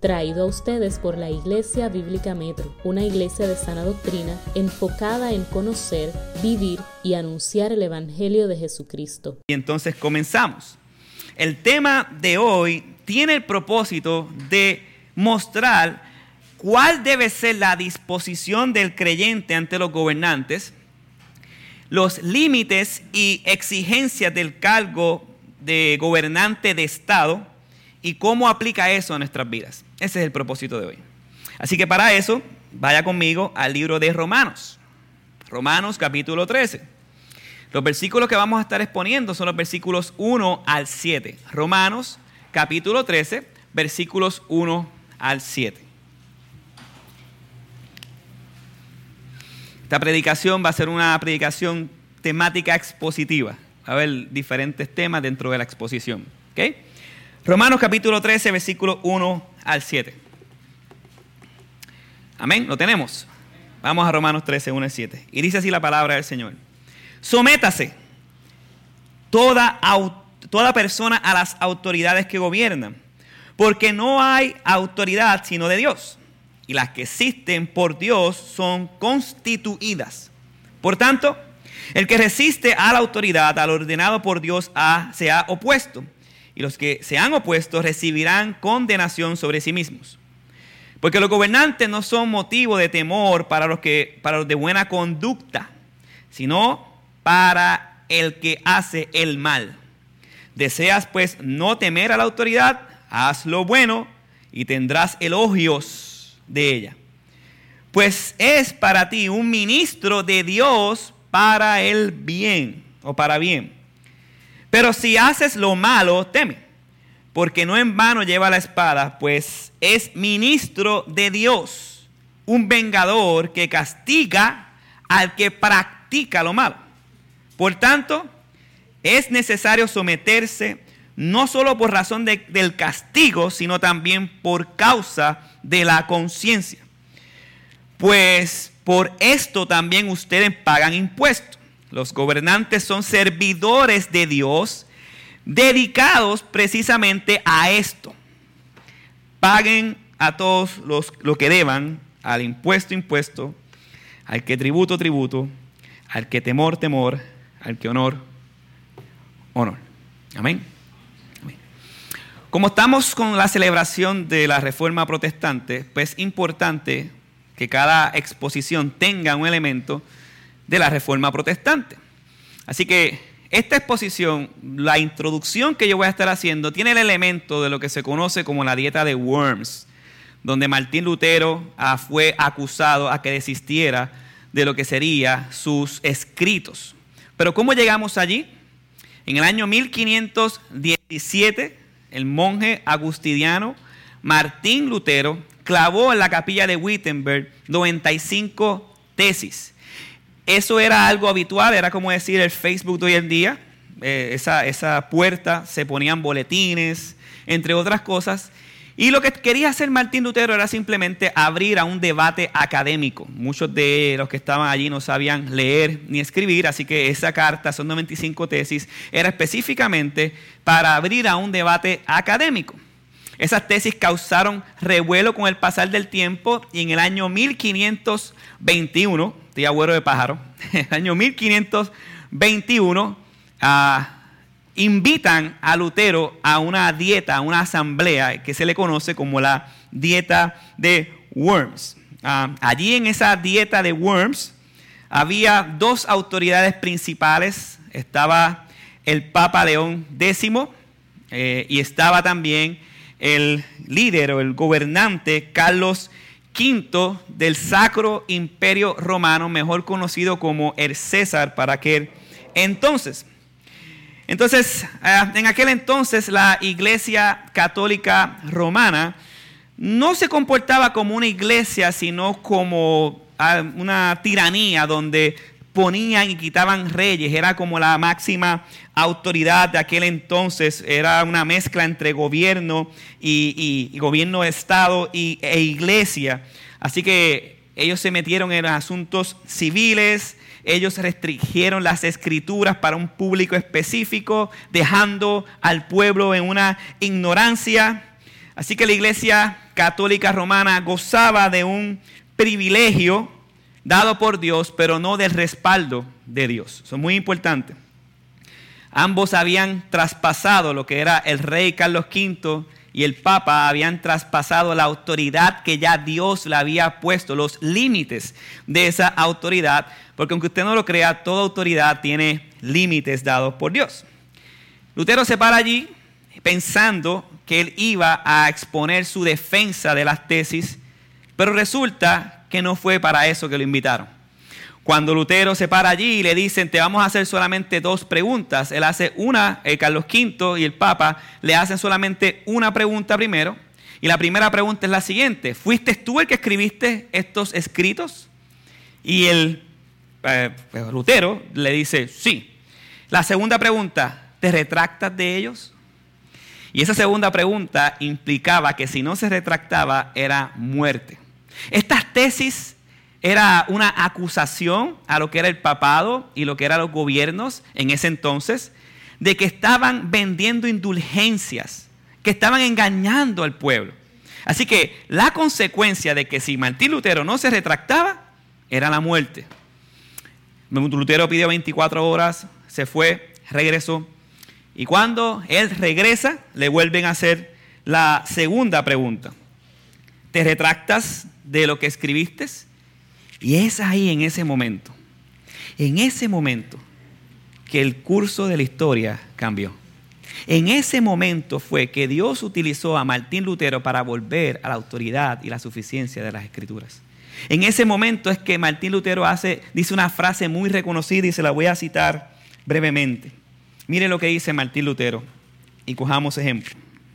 traído a ustedes por la Iglesia Bíblica Metro, una iglesia de sana doctrina enfocada en conocer, vivir y anunciar el Evangelio de Jesucristo. Y entonces comenzamos. El tema de hoy tiene el propósito de mostrar cuál debe ser la disposición del creyente ante los gobernantes, los límites y exigencias del cargo de gobernante de Estado y cómo aplica eso a nuestras vidas. Ese es el propósito de hoy. Así que para eso, vaya conmigo al libro de Romanos. Romanos capítulo 13. Los versículos que vamos a estar exponiendo son los versículos 1 al 7. Romanos capítulo 13, versículos 1 al 7. Esta predicación va a ser una predicación temática expositiva. Va a haber diferentes temas dentro de la exposición. ¿Okay? Romanos capítulo 13, versículos 1 al 7. Amén, ¿lo tenemos? Vamos a Romanos 13, 1 al 7. Y dice así la palabra del Señor. Sométase toda persona a las autoridades que gobiernan, porque no hay autoridad sino de Dios, y las que existen por Dios son constituidas. Por tanto, el que resiste a la autoridad, al ordenado por Dios, se ha opuesto, y los que se han opuesto recibirán condenación sobre sí mismos. Porque los gobernantes no son motivo de temor para los de buena conducta, sino para el que hace el mal. Deseas pues no temer a la autoridad, haz lo bueno y tendrás elogios de ella. Pues es para ti un ministro de Dios para el bien o para bien. Pero si haces lo malo, teme, porque no en vano lleva la espada, pues es ministro de Dios, un vengador que castiga al que practica lo malo. Por tanto, es necesario someterse no solo por razón del castigo, sino también por causa de la conciencia. Pues por esto también ustedes pagan impuestos. Los gobernantes son servidores de Dios, dedicados precisamente a esto. Paguen a todos lo que deban, al impuesto, al que tributo, al que temor, al que honor. Amén. Amén. Como estamos con la celebración de la Reforma Protestante, pues es importante que cada exposición tenga un elemento de la Reforma Protestante. Así que esta exposición, la introducción que yo voy a estar haciendo, tiene el elemento de lo que se conoce como la dieta de Worms, donde Martín Lutero fue acusado a que desistiera de lo que serían sus escritos. Pero ¿cómo llegamos allí? En el año 1517, el monje agustiniano Martín Lutero clavó en la capilla de Wittenberg 95 tesis. Eso era algo habitual, era como decir el Facebook de hoy en día. Esa puerta se ponían boletines, entre otras cosas. Y lo que quería hacer Martín Lutero era simplemente abrir a un debate académico. Muchos de los que estaban allí no sabían leer ni escribir, así que esa carta, son 95 tesis, era específicamente para abrir a un debate académico. Esas tesis causaron revuelo con el pasar del tiempo y en el año 1521, estoy agüero de pájaro, en el año 1521 invitan a Lutero a una dieta, a una asamblea que se le conoce como la dieta de Worms. Allí en esa dieta de Worms había dos autoridades principales. Estaba el Papa León X y estaba también el líder o el gobernante Carlos V del Sacro Imperio Romano, mejor conocido como el César para aquel entonces. Entonces, en aquel entonces la Iglesia Católica Romana no se comportaba como una iglesia, sino como una tiranía donde ponían y quitaban reyes. Era como la máxima autoridad de aquel entonces. Era una mezcla entre gobierno y gobierno de Estado e iglesia. Así que ellos se metieron en asuntos civiles. Ellos restringieron las escrituras para un público específico, dejando al pueblo en una ignorancia. Así que la Iglesia Católica Romana gozaba de un privilegio dado por Dios, pero no del respaldo de Dios. Eso es muy importante. Ambos habían traspasado lo que era el rey Carlos V y el Papa, habían traspasado la autoridad que ya Dios le había puesto, los límites de esa autoridad, porque aunque usted no lo crea, toda autoridad tiene límites dados por Dios. Lutero se para allí pensando que él iba a exponer su defensa de las tesis, pero resulta que no fue para eso que lo invitaron. Cuando Lutero se para allí y le dicen, te vamos a hacer solamente 2 preguntas, él hace una, Carlos V y el Papa le hacen solamente una pregunta primero, y la primera pregunta es la siguiente: ¿fuiste tú el que escribiste estos escritos? Y Lutero le dice, sí. La segunda pregunta, ¿te retractas de ellos? Y esa segunda pregunta implicaba que si no se retractaba era muerte. Estas tesis era una acusación a lo que era el papado y lo que eran los gobiernos en ese entonces, de que estaban vendiendo indulgencias, que estaban engañando al pueblo. Así que la consecuencia de que si Martín Lutero no se retractaba, era la muerte. Lutero pidió 24 horas, se fue, regresó. Y cuando él regresa, le vuelven a hacer la segunda pregunta. ¿Te retractas de lo que escribiste? Y es ahí, en ese momento, que el curso de la historia cambió. En ese momento fue que Dios utilizó a Martín Lutero para volver a la autoridad y la suficiencia de las Escrituras. En ese momento es que Martín Lutero dice una frase muy reconocida y se la voy a citar brevemente. Mire lo que dice Martín Lutero y cojamos ejemplo.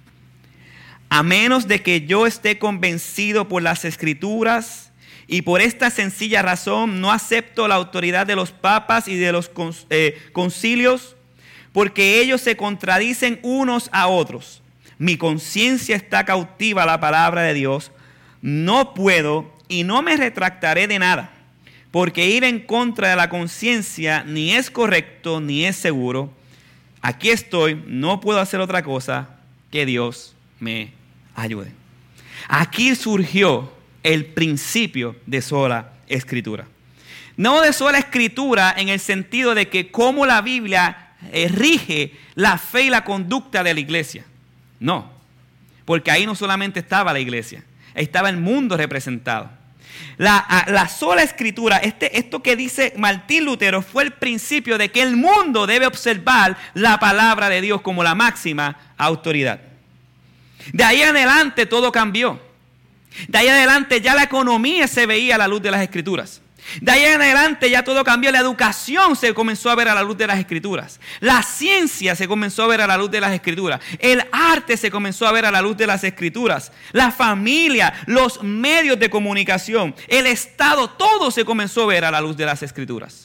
A menos de que yo esté convencido por las Escrituras, y por esta sencilla razón no acepto la autoridad de los papas y de los concilios, porque ellos se contradicen unos a otros. Mi conciencia está cautiva a la palabra de Dios. No puedo y no me retractaré de nada, porque ir en contra de la conciencia ni es correcto ni es seguro. Aquí estoy, no puedo hacer otra cosa, que Dios me ayude. Aquí surgió el principio de sola escritura. No de sola escritura en el sentido de que cómo la Biblia rige la fe y la conducta de la iglesia. No, porque ahí no solamente estaba la iglesia, ahí estaba el mundo representado. La sola escritura, esto que dice Martín Lutero, fue el principio de que el mundo debe observar la palabra de Dios como la máxima autoridad. De ahí en adelante todo cambió. De ahí en adelante ya la economía se veía a la luz de las Escrituras. De ahí en adelante ya todo cambió. La educación se comenzó a ver a la luz de las Escrituras. La ciencia se comenzó a ver a la luz de las Escrituras. El arte se comenzó a ver a la luz de las Escrituras. La familia, los medios de comunicación, el Estado, todo se comenzó a ver a la luz de las Escrituras.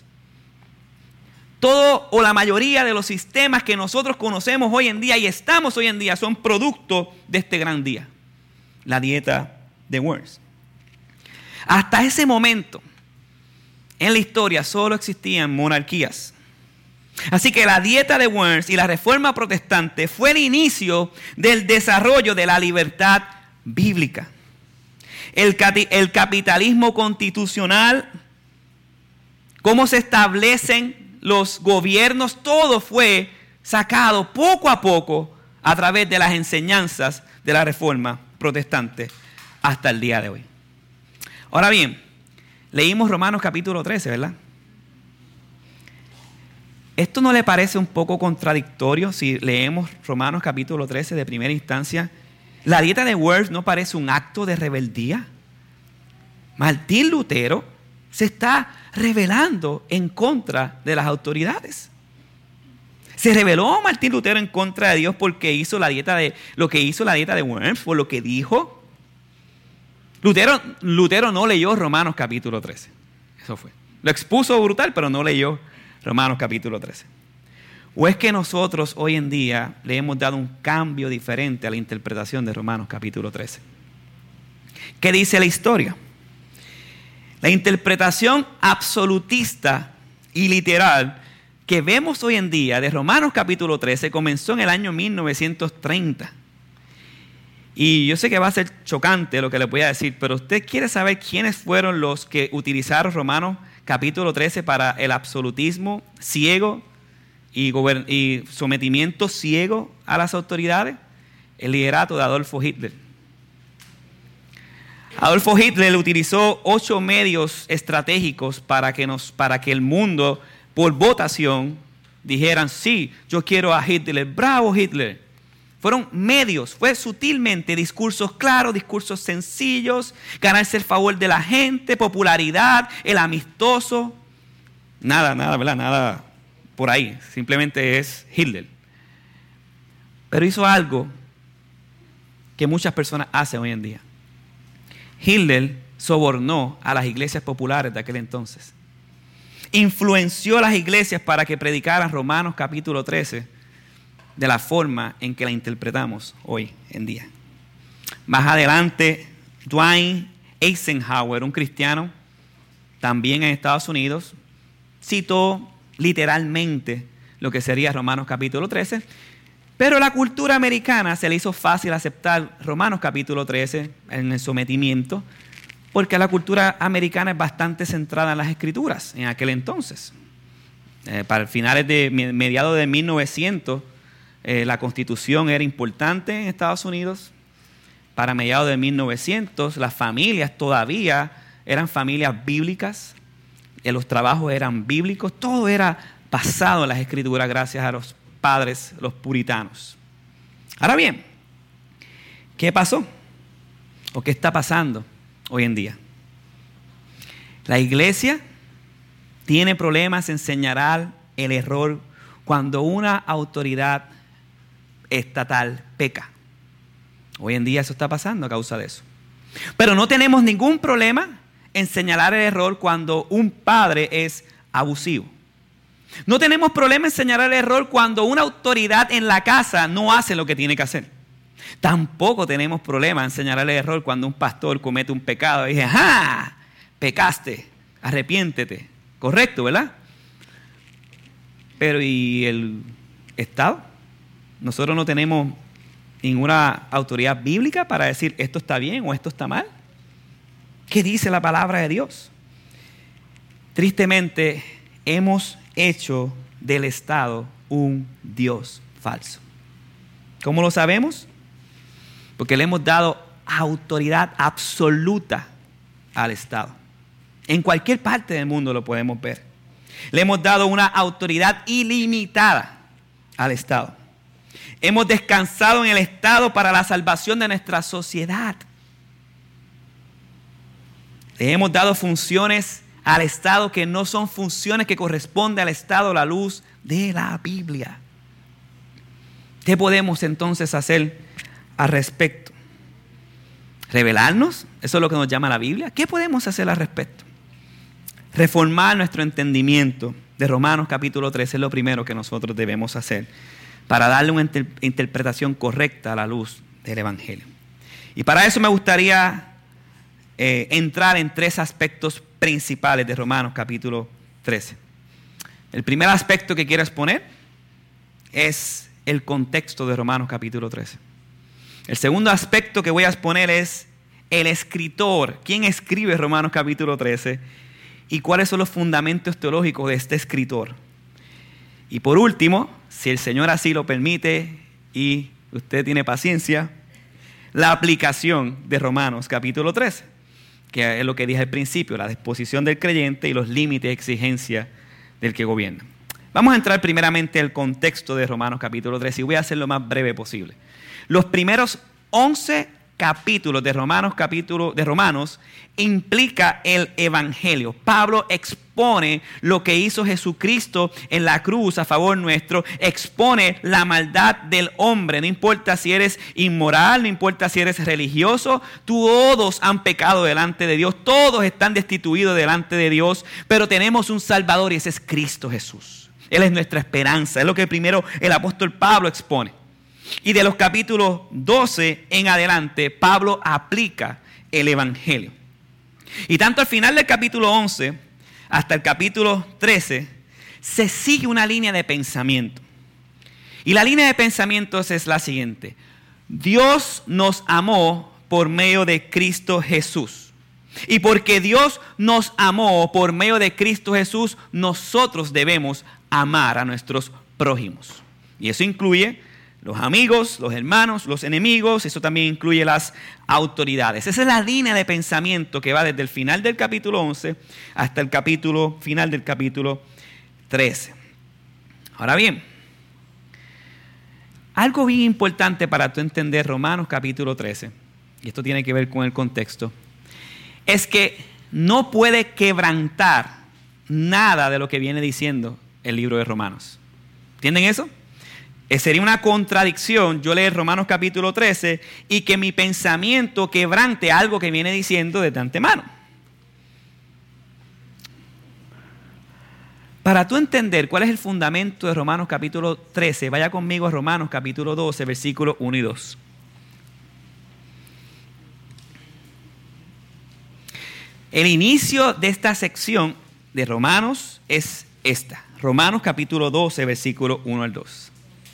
Todo o la mayoría de los sistemas que nosotros conocemos hoy en día y estamos hoy en día son producto de este gran día. La dieta de Worms. Hasta ese momento en la historia solo existían monarquías. Así que la dieta de Worms y la reforma protestante fue el inicio del desarrollo de la libertad bíblica. El capitalismo constitucional, cómo se establecen los gobiernos, todo fue sacado poco a poco a través de las enseñanzas de la reforma protestante hasta el día de hoy. Ahora bien, leímos Romanos capítulo 13, ¿verdad? ¿Esto no le parece un poco contradictorio si leemos Romanos capítulo 13 de primera instancia? ¿La dieta de Worms no parece un acto de rebeldía? Martín Lutero se está rebelando en contra de las autoridades. Se rebeló Martín Lutero en contra de Dios porque hizo lo que hizo la dieta de Worms, por lo que dijo. Lutero no leyó Romanos capítulo 13. Eso fue. Lo expuso brutal, pero no leyó Romanos capítulo 13. ¿O es que nosotros hoy en día le hemos dado un cambio diferente a la interpretación de Romanos capítulo 13? ¿Qué dice la historia? La interpretación absolutista y literal que vemos hoy en día de Romanos capítulo 13 comenzó en el año 1930. Y yo sé que va a ser chocante lo que les voy a decir, pero usted quiere saber quiénes fueron los que utilizaron Romanos capítulo 13 para el absolutismo ciego y sometimiento ciego a las autoridades. El liderato de Adolfo Hitler. Adolfo Hitler utilizó 8 medios estratégicos para que el mundo, por votación, dijeran, sí, yo quiero a Hitler, bravo Hitler. Fueron medios, fue sutilmente discursos claros, discursos sencillos, ganarse el favor de la gente, popularidad, el amistoso. Nada, ¿verdad? Nada por ahí, simplemente es Hitler. Pero hizo algo que muchas personas hacen hoy en día. Hitler sobornó a las iglesias populares de aquel entonces. Influenció a las iglesias para que predicaran Romanos capítulo 13 de la forma en que la interpretamos hoy en día. Más adelante, Dwight Eisenhower, un cristiano, también en Estados Unidos, citó literalmente lo que sería Romanos capítulo 13, pero a la cultura americana se le hizo fácil aceptar Romanos capítulo 13 en el sometimiento, porque la cultura americana es bastante centrada en las escrituras en aquel entonces. Para finales de mediados de 1900, la Constitución era importante en Estados Unidos. Para mediados de 1900, las familias todavía eran familias bíblicas. Los trabajos eran bíblicos. Todo era basado en las Escrituras gracias a los padres, los puritanos. Ahora bien, ¿qué pasó? ¿O qué está pasando hoy en día? La iglesia tiene problemas en señalar el error cuando una autoridad estatal peca. Hoy en día eso está pasando a causa de eso. Pero no tenemos ningún problema en señalar el error cuando un padre es abusivo. No tenemos problema en señalar el error cuando una autoridad en la casa no hace lo que tiene que hacer. Tampoco tenemos problema en señalar el error cuando un pastor comete un pecado y dice, ¡ah! Pecaste, arrepiéntete. Correcto, ¿verdad? Pero ¿y el Estado? Nosotros no tenemos ninguna autoridad bíblica para decir esto está bien o esto está mal. ¿Qué dice la palabra de Dios? Tristemente, hemos hecho del Estado un Dios falso. ¿Cómo lo sabemos? Porque le hemos dado autoridad absoluta al Estado. En cualquier parte del mundo lo podemos ver. Le hemos dado una autoridad ilimitada al Estado. Hemos descansado en el Estado para la salvación de nuestra sociedad. Le hemos dado funciones al Estado que no son funciones que corresponden al Estado a la luz de la Biblia. ¿Qué podemos entonces hacer al respecto? ¿Rebelarnos? Eso es lo que nos llama la Biblia. ¿Qué podemos hacer al respecto? Reformar nuestro entendimiento de Romanos capítulo 13 es lo primero que nosotros debemos hacer para darle una interpretación correcta a la luz del Evangelio. Y para eso me gustaría entrar en 3 aspectos principales de Romanos capítulo 13. El primer aspecto que quiero exponer es el contexto de Romanos capítulo 13. El segundo aspecto que voy a exponer es el escritor. ¿Quién escribe Romanos capítulo 13? ¿Y cuáles son los fundamentos teológicos de este escritor? Y por último, si el Señor así lo permite y usted tiene paciencia, la aplicación de Romanos capítulo 13, que es lo que dije al principio, la disposición del creyente y los límites de exigencia del que gobierna. Vamos a entrar primeramente al contexto de Romanos capítulo 13 y voy a hacer lo más breve posible. Los primeros 11 capítulos de Romanos implica el Evangelio. Pablo expone lo que hizo Jesucristo en la cruz a favor nuestro, expone la maldad del hombre. No importa si eres inmoral, no importa si eres religioso, todos han pecado delante de Dios, todos están destituidos delante de Dios, pero tenemos un Salvador y ese es Cristo Jesús. Él es nuestra esperanza, es lo que primero el apóstol Pablo expone. Y de los capítulos 12 en adelante, Pablo aplica el Evangelio. Y tanto al final del capítulo 11 hasta el capítulo 13, se sigue una línea de pensamiento. Y la línea de pensamientos es la siguiente. Dios nos amó por medio de Cristo Jesús. Y porque Dios nos amó por medio de Cristo Jesús, nosotros debemos amar a nuestros prójimos. Y eso incluye los amigos, los hermanos, los enemigos, eso también incluye las autoridades. Esa es la línea de pensamiento que va desde el final del capítulo 11 hasta el final del capítulo 13. Ahora bien, algo bien importante para tú entender Romanos capítulo 13, y esto tiene que ver con el contexto, es que no puede quebrantar nada de lo que viene diciendo el libro de Romanos. ¿Entienden eso? Sería una contradicción yo leer Romanos capítulo 13 y que mi pensamiento quebrante algo que viene diciendo desde antemano. Para tú entender cuál es el fundamento de Romanos capítulo 13, vaya conmigo a Romanos capítulo 12, versículos 1 y 2. El inicio de esta sección de Romanos es esta. Romanos capítulo 12, versículo 1 al 2.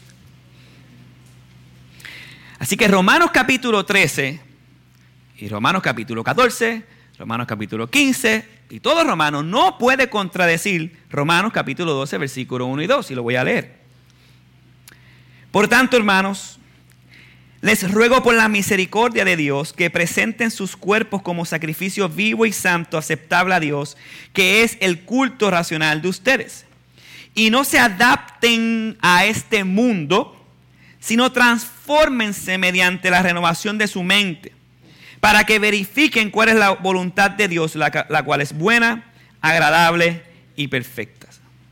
Así que Romanos capítulo 13 y Romanos capítulo 14, Romanos capítulo 15 y todo Romanos no puede contradecir Romanos capítulo 12, versículo 1 y 2. Y lo voy a leer. Por tanto, hermanos, les ruego por la misericordia de Dios que presenten sus cuerpos como sacrificio vivo y santo, aceptable a Dios, que es el culto racional de ustedes. Y no se adapten a este mundo, sino transfórmense mediante la renovación de su mente, para que verifiquen cuál es la voluntad de Dios, la cual es buena, agradable y perfecta.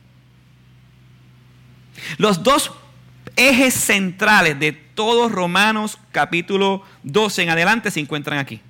Los dos ejes centrales de todos Romanos capítulo 12 en adelante se encuentran aquí.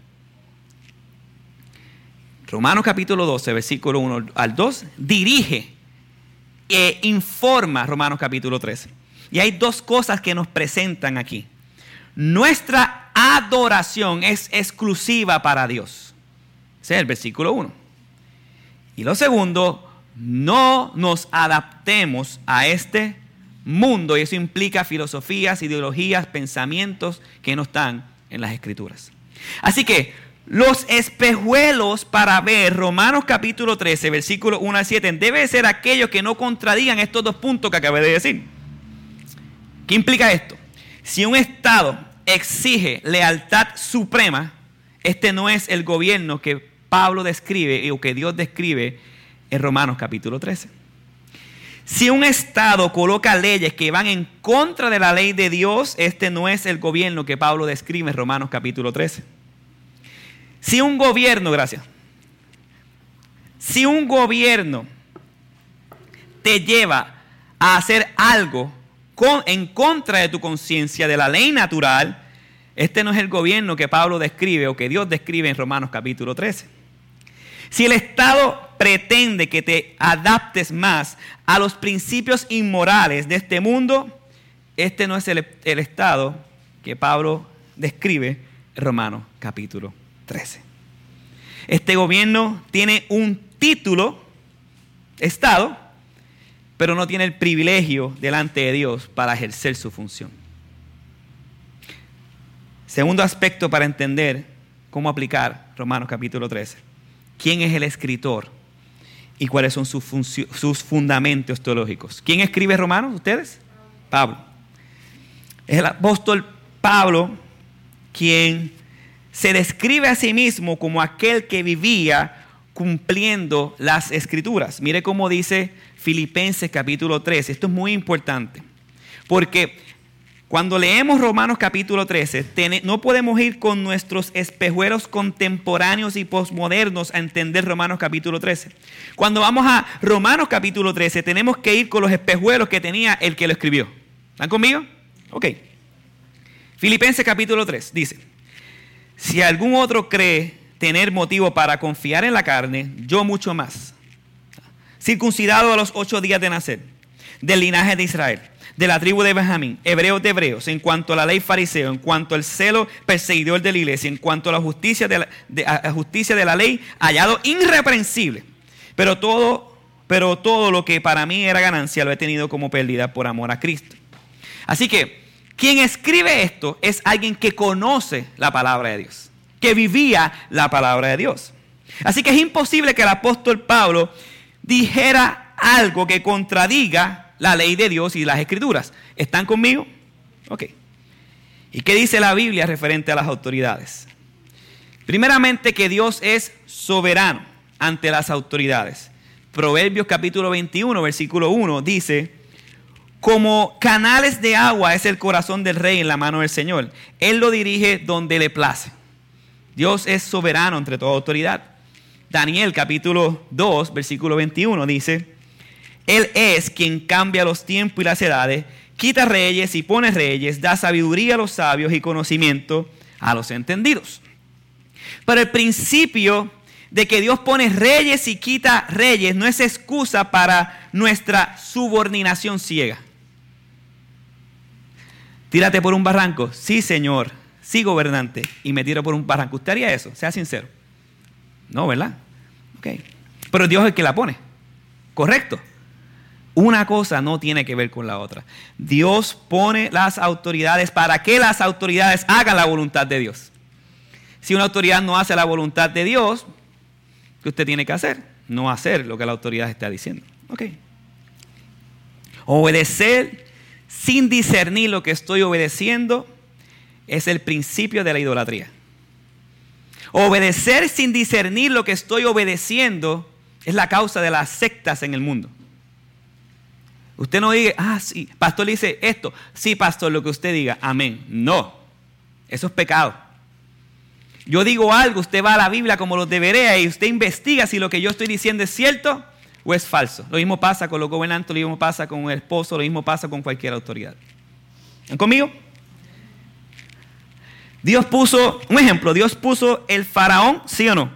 Romanos capítulo 12, versículo 1 al 2, dirige e informa Romanos capítulo 13. Y hay dos cosas que nos presentan aquí. Nuestra adoración es exclusiva para Dios. Ese es el versículo 1. Y lo segundo, no nos adaptemos a este mundo. Y eso implica filosofías, ideologías, pensamientos que no están en las Escrituras. Así que los espejuelos para ver Romanos capítulo 13, versículos 1 al 7, debe ser aquellos que no contradigan estos dos puntos que acabé de decir. ¿Qué implica esto? Si un Estado exige lealtad suprema, este no es el gobierno que Pablo describe o que Dios describe en Romanos capítulo 13. Si un Estado coloca leyes que van en contra de la ley de Dios, este no es el gobierno que Pablo describe en Romanos capítulo 13. Si un gobierno te lleva a hacer algo en contra de tu conciencia, de la ley natural, este no es el gobierno que Pablo describe o que Dios describe en Romanos capítulo 13. Si el Estado pretende que te adaptes más a los principios inmorales de este mundo, este no es el Estado que Pablo describe en Romanos capítulo 13. Este gobierno tiene un título, Estado, pero no tiene el privilegio delante de Dios para ejercer su función. Segundo aspecto para entender cómo aplicar Romanos capítulo 13. ¿Quién es el escritor y cuáles son sus fundamentos teológicos? ¿Quién escribe Romanos? ¿Ustedes? Pablo. Es el apóstol Pablo quien se describe a sí mismo como aquel que vivía cumpliendo las Escrituras. Mire cómo dice Filipenses capítulo 13. Esto es muy importante, porque cuando leemos Romanos capítulo 13, no podemos ir con nuestros espejuelos contemporáneos y posmodernos a entender Romanos capítulo 13. Cuando vamos a Romanos capítulo 13, tenemos que ir con los espejuelos que tenía el que lo escribió. ¿Están conmigo? Ok. Filipenses capítulo 3 dice: si algún otro cree tener motivo para confiar en la carne, yo mucho más. Circuncidado a los 8 días de nacer, del linaje de Israel, de la tribu de Benjamín, hebreos de hebreos, en cuanto a la ley fariseo, en cuanto al celo perseguidor de la iglesia, en cuanto a la justicia de la ley, hallado irreprensible. Pero todo lo que para mí era ganancia lo he tenido como pérdida por amor a Cristo. Así que Quien escribe esto es alguien que conoce la palabra de Dios, que vivía la palabra de Dios. Así que es imposible que el apóstol Pablo dijera algo que contradiga la ley de Dios y las escrituras. ¿Están conmigo? Ok. ¿Y qué dice la Biblia referente a las autoridades? Primeramente, que Dios es soberano ante las autoridades. Proverbios capítulo 21, versículo 1 dice: como canales de agua es el corazón del rey en la mano del Señor. Él lo dirige donde le place. Dios es soberano entre toda autoridad. Daniel capítulo 2, versículo 21 dice: Él es quien cambia los tiempos y las edades, quita reyes y pone reyes, da sabiduría a los sabios y conocimiento a los entendidos. Pero el principio de que Dios pone reyes y quita reyes no es excusa para nuestra subordinación ciega. Tírate por un barranco. Sí, Señor. Sí, gobernante. Y me tiro por un barranco. ¿Usted haría eso? Sea sincero. No, ¿verdad? Ok. Pero Dios es el que la pone. Correcto. Una cosa no tiene que ver con la otra. Dios pone las autoridades para que las autoridades hagan la voluntad de Dios. Si una autoridad no hace la voluntad de Dios, ¿qué usted tiene que hacer? No hacer lo que la autoridad está diciendo. Ok. Obedecer sin discernir lo que estoy obedeciendo es el principio de la idolatría. Obedecer sin discernir lo que estoy obedeciendo es la causa de las sectas en el mundo. Usted no diga, sí, pastor le dice esto. Sí, pastor, lo que usted diga, amén. No, eso es pecado. Yo digo algo, usted va a la Biblia como los debería y usted investiga si lo que yo estoy diciendo es cierto o es falso. Lo mismo pasa con los gobernantes, lo mismo pasa con el esposo, lo mismo pasa con cualquier autoridad. ¿Están conmigo? Dios puso, un ejemplo, Dios puso el faraón, ¿sí o no?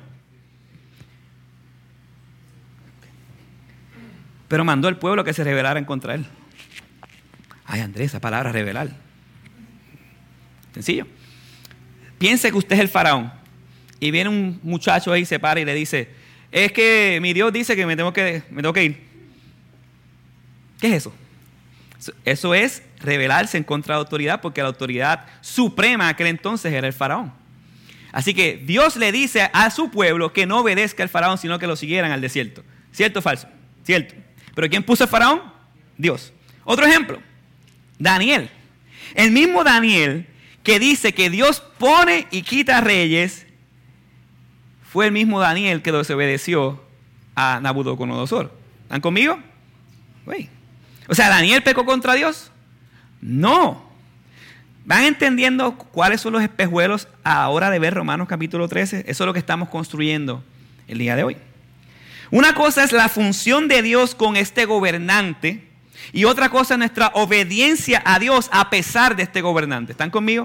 Pero mandó al pueblo que se rebelara en contra de él. Ay, Andrés, esa palabra rebelar. Sencillo. Piense que usted es el faraón y viene un muchacho ahí, se para y le dice: es que mi Dios dice que me tengo que ir. ¿Qué es eso? Eso es rebelarse en contra de la autoridad, porque la autoridad suprema en aquel entonces era el faraón. Así que Dios le dice a su pueblo que no obedezca al faraón, sino que lo siguieran al desierto. ¿Cierto o falso? Cierto. ¿Pero quién puso al faraón? Dios. Otro ejemplo, Daniel. El mismo Daniel que dice que Dios pone y quita reyes, fue el mismo Daniel que desobedeció a Nabucodonosor. ¿Están conmigo? Uy. O sea, ¿Daniel pecó contra Dios? No. ¿Van entendiendo cuáles son los espejuelos a la hora de ver Romanos capítulo 13? Eso es lo que estamos construyendo el día de hoy. Una cosa es la función de Dios con este gobernante y otra cosa es nuestra obediencia a Dios a pesar de este gobernante. ¿Están conmigo?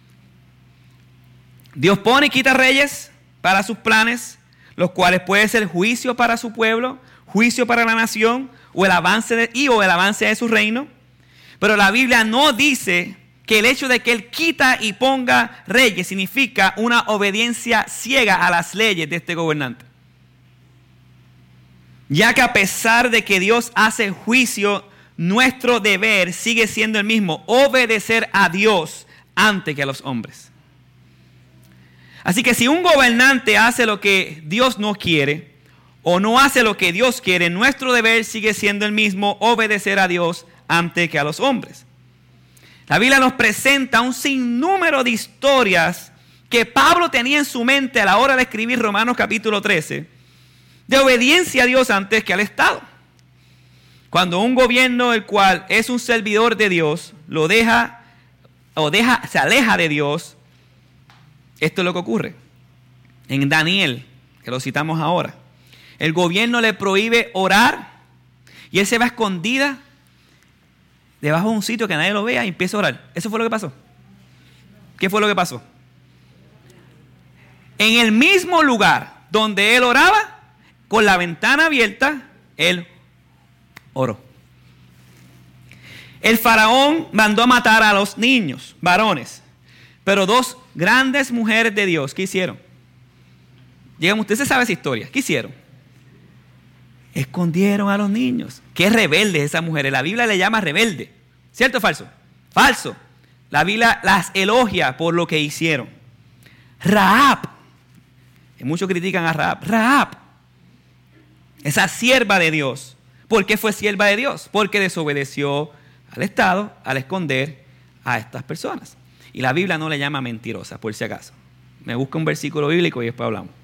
Dios pone y quita reyes para sus planes, los cuales puede ser juicio para su pueblo, juicio para la nación o el avance de su reino. Pero la Biblia no dice que el hecho de que Él quita y ponga reyes significa una obediencia ciega a las leyes de este gobernante. Ya que a pesar de que Dios hace juicio, nuestro deber sigue siendo el mismo: obedecer a Dios antes que a los hombres. Así que si un gobernante hace lo que Dios no quiere o no hace lo que Dios quiere, nuestro deber sigue siendo el mismo: obedecer a Dios antes que a los hombres. La Biblia nos presenta un sinnúmero de historias que Pablo tenía en su mente a la hora de escribir Romanos capítulo 13, de obediencia a Dios antes que al Estado. Cuando un gobierno, el cual es un servidor de Dios, se aleja de Dios, esto es lo que ocurre. En Daniel, que lo citamos ahora, el gobierno le prohíbe orar y él se va a escondida debajo de un sitio que nadie lo vea y empieza a orar. Eso fue lo que pasó. ¿Qué fue lo que pasó? En el mismo lugar donde él oraba, con la ventana abierta, él oró. El faraón mandó a matar a los niños, varones. Pero dos grandes mujeres de Dios, ¿qué hicieron? Dígame, usted se sabe esa historia. ¿Qué hicieron? Escondieron a los niños. Qué rebeldes esas mujeres. La Biblia le llama rebelde. ¿Cierto o falso? Falso. La Biblia las elogia por lo que hicieron. Rahab, muchos critican a Rahab, esa sierva de Dios. ¿Por qué fue sierva de Dios? Porque desobedeció al Estado al esconder a estas personas. Y la Biblia no le llama mentirosa, por si acaso. Me busca un versículo bíblico y después hablamos.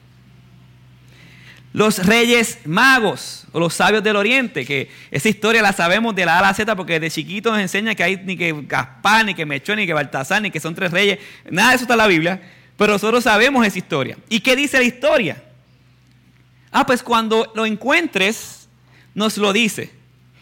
Los reyes magos o los sabios del oriente, que esa historia la sabemos de la A a la Z porque desde chiquito nos enseña que hay ni que Gaspar, ni que Melchor, ni que Baltasar, ni que son 3 reyes. Nada de eso está en la Biblia, pero nosotros sabemos esa historia. ¿Y qué dice la historia? Pues cuando lo encuentres, nos lo dice.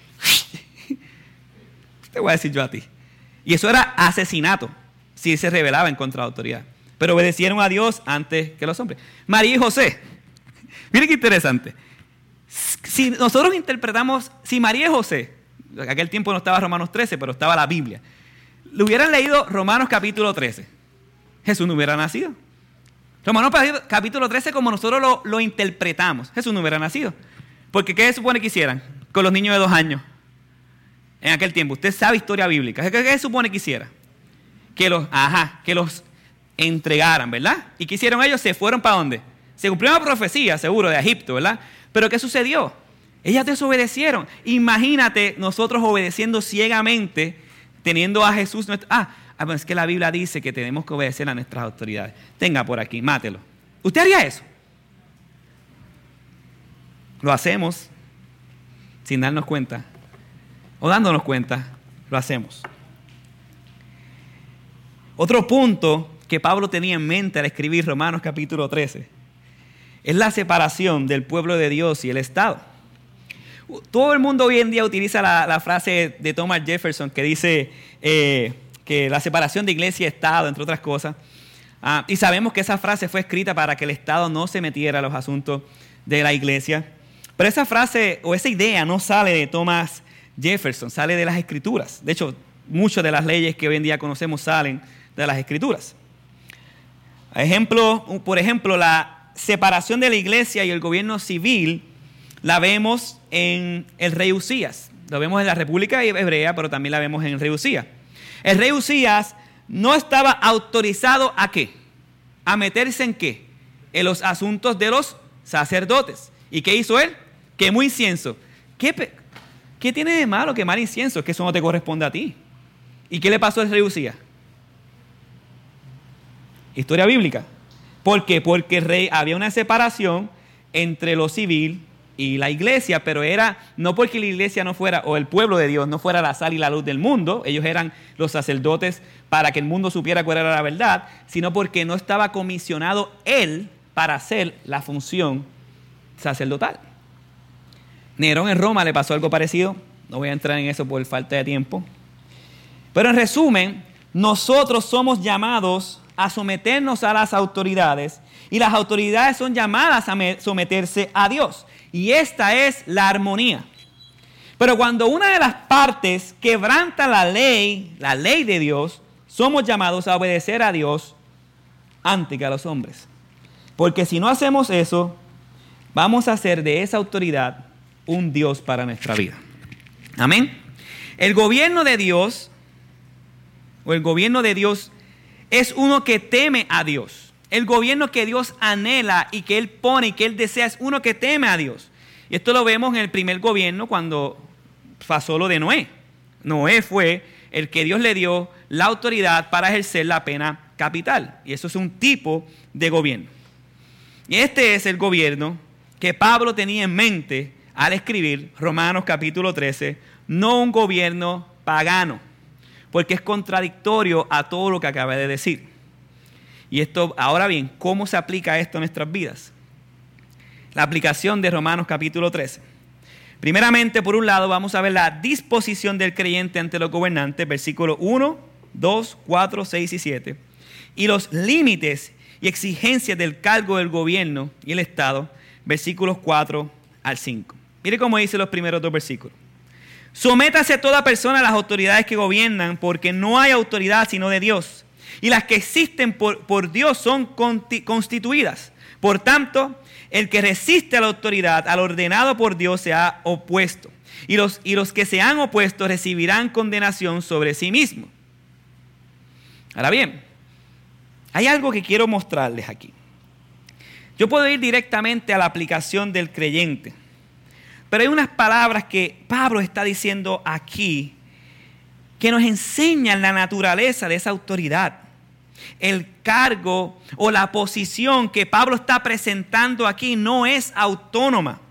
Te voy a decir yo a ti. Y eso era asesinato, si se rebelaba en contra de la autoridad. Pero obedecieron a Dios antes que los hombres. María y José. Miren qué interesante. Si nosotros interpretamos, si María y José, en aquel tiempo no estaba Romanos 13, pero estaba la Biblia, le hubieran leído Romanos capítulo 13, Jesús no hubiera nacido. Romanos capítulo 13 como nosotros lo interpretamos, Jesús no hubiera nacido. Porque ¿qué se supone que hicieran con los niños de 2 años? En aquel tiempo, usted sabe historia bíblica. ¿Qué se supone que hiciera? Que los entregaran, ¿verdad? ¿Y qué hicieron ellos? Se fueron ¿para dónde? Se cumplió una profecía, seguro, de Egipto, ¿verdad? Pero ¿qué sucedió? Ellas desobedecieron. Imagínate nosotros obedeciendo ciegamente, teniendo a Jesús. Pero es que la Biblia dice que tenemos que obedecer a nuestras autoridades. Tenga por aquí, mátelo. ¿Usted haría eso? Lo hacemos sin darnos cuenta. O dándonos cuenta, lo hacemos. Otro punto que Pablo tenía en mente al escribir Romanos capítulo 13 es la separación del pueblo de Dios y el Estado. Todo el mundo hoy en día utiliza la frase de Thomas Jefferson que dice que la separación de iglesia y Estado, entre otras cosas. Y sabemos que esa frase fue escrita para que el Estado no se metiera a los asuntos de la iglesia. Pero esa frase o esa idea no sale de Thomas Jefferson, sale de las Escrituras. De hecho, muchas de las leyes que hoy en día conocemos salen de las Escrituras. Por ejemplo, la separación de la iglesia y el gobierno civil la vemos en el rey Usías. Lo vemos en la República Hebrea, pero también la vemos en el rey Usías. El rey Usías no estaba autorizado ¿a qué? ¿A meterse en qué? En los asuntos de los sacerdotes. ¿Y qué hizo él? Quemó incienso. ¿Qué tiene de malo quemar incienso? Es que eso no te corresponde a ti. ¿Y qué le pasó al rey Usías? Historia bíblica. ¿Por qué? Porque había una separación entre lo civil y la iglesia, pero era no porque la iglesia no fuera, o el pueblo de Dios no fuera la sal y la luz del mundo, ellos eran los sacerdotes para que el mundo supiera cuál era la verdad, sino porque no estaba comisionado él para hacer la función sacerdotal. Nerón en Roma le pasó algo parecido, no voy a entrar en eso por falta de tiempo, pero en resumen, nosotros somos llamados a someternos a las autoridades y las autoridades son llamadas a someterse a Dios. Y esta es la armonía. Pero cuando una de las partes quebranta la ley de Dios, somos llamados a obedecer a Dios antes que a los hombres. Porque si no hacemos eso, vamos a hacer de esa autoridad un Dios para nuestra vida. Amén. El gobierno de Dios es uno que teme a Dios. El gobierno que Dios anhela y que Él pone y que Él desea es uno que teme a Dios. Y esto lo vemos en el primer gobierno cuando pasó lo de Noé. Noé fue el que Dios le dio la autoridad para ejercer la pena capital. Y eso es un tipo de gobierno. Y este es el gobierno que Pablo tenía en mente al escribir Romanos capítulo 13, no un gobierno pagano, porque es contradictorio a todo lo que acabé de decir. Y esto, ahora bien, ¿cómo se aplica esto a nuestras vidas? La aplicación de Romanos capítulo 13. Primeramente, por un lado, vamos a ver la disposición del creyente ante los gobernantes, versículos 1, 2, 4, 6 y 7. Y los límites y exigencias del cargo del gobierno y el Estado, versículos 4 al 5. Mire cómo dice los primeros 2 versículos. Sométase toda persona a las autoridades que gobiernan, porque no hay autoridad sino de Dios. Y las que existen por Dios son constituidas. Por tanto, el que resiste a la autoridad, al ordenado por Dios, se ha opuesto. Y los que se han opuesto recibirán condenación sobre sí mismos. Ahora bien, hay algo que quiero mostrarles aquí. Yo puedo ir directamente a la aplicación del creyente, pero hay unas palabras que Pablo está diciendo aquí que nos enseñan la naturaleza de esa autoridad. El cargo o la posición que Pablo está presentando aquí no es autónoma.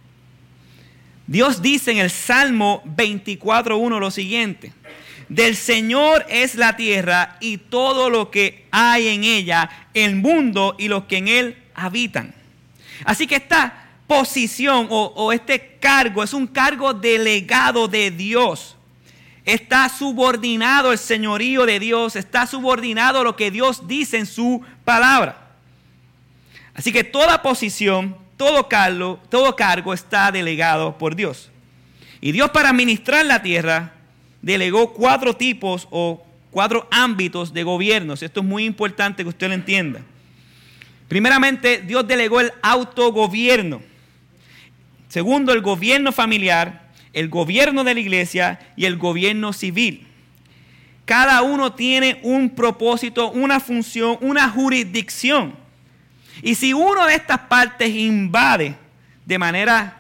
Dios dice en el Salmo 24:1 lo siguiente: del Señor es la tierra y todo lo que hay en ella, el mundo y los que en él habitan. Así que esta posición o este cargo es un cargo delegado de Dios. Está subordinado al señorío de Dios, está subordinado a lo que Dios dice en su palabra. Así que toda posición, todo cargo está delegado por Dios. Y Dios, para administrar la tierra, delegó 4 tipos o 4 ámbitos de gobiernos. Esto es muy importante que usted lo entienda. Primeramente, Dios delegó el autogobierno. Segundo, el gobierno familiar, el gobierno de la iglesia y el gobierno civil. Cada uno tiene un propósito, una función, una jurisdicción. Y si uno de estas partes invade de manera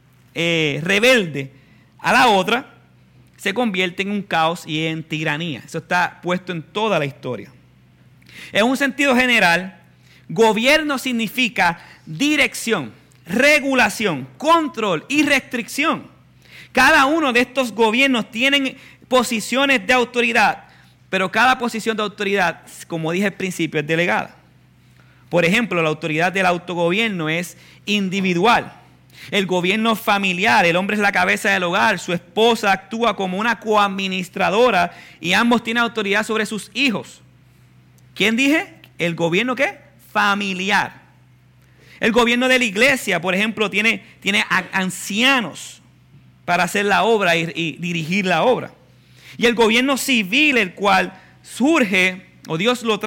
rebelde a la otra, se convierte en un caos y en tiranía. Eso está puesto en toda la historia. En un sentido general, gobierno significa dirección, regulación, control y restricción. Cada uno de estos gobiernos tienen posiciones de autoridad, pero cada posición de autoridad, como dije al principio, es delegada. Por ejemplo, la autoridad del autogobierno es individual. El gobierno familiar, el hombre es la cabeza del hogar, su esposa actúa como una coadministradora y ambos tienen autoridad sobre sus hijos. ¿Quién dije? El gobierno ¿qué? Familiar. El gobierno de la iglesia, por ejemplo, tiene ancianos para hacer la obra y dirigir la obra. Y el gobierno civil, el cual surge, o Dios lo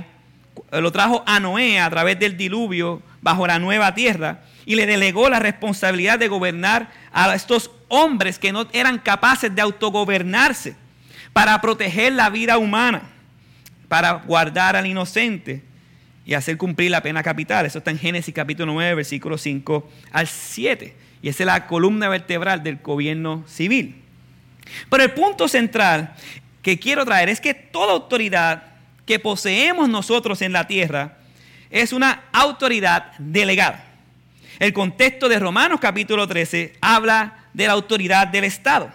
trajo a Noé a través del diluvio bajo la nueva tierra, y le delegó la responsabilidad de gobernar a estos hombres que no eran capaces de autogobernarse, para proteger la vida humana, para guardar al inocente y hacer cumplir la pena capital. Eso está en Génesis capítulo 9, versículos 5 al 7. Y esa es la columna vertebral del gobierno civil. Pero el punto central que quiero traer es que toda autoridad que poseemos nosotros en la tierra es una autoridad delegada. El contexto de Romanos capítulo 13 habla de la autoridad del Estado.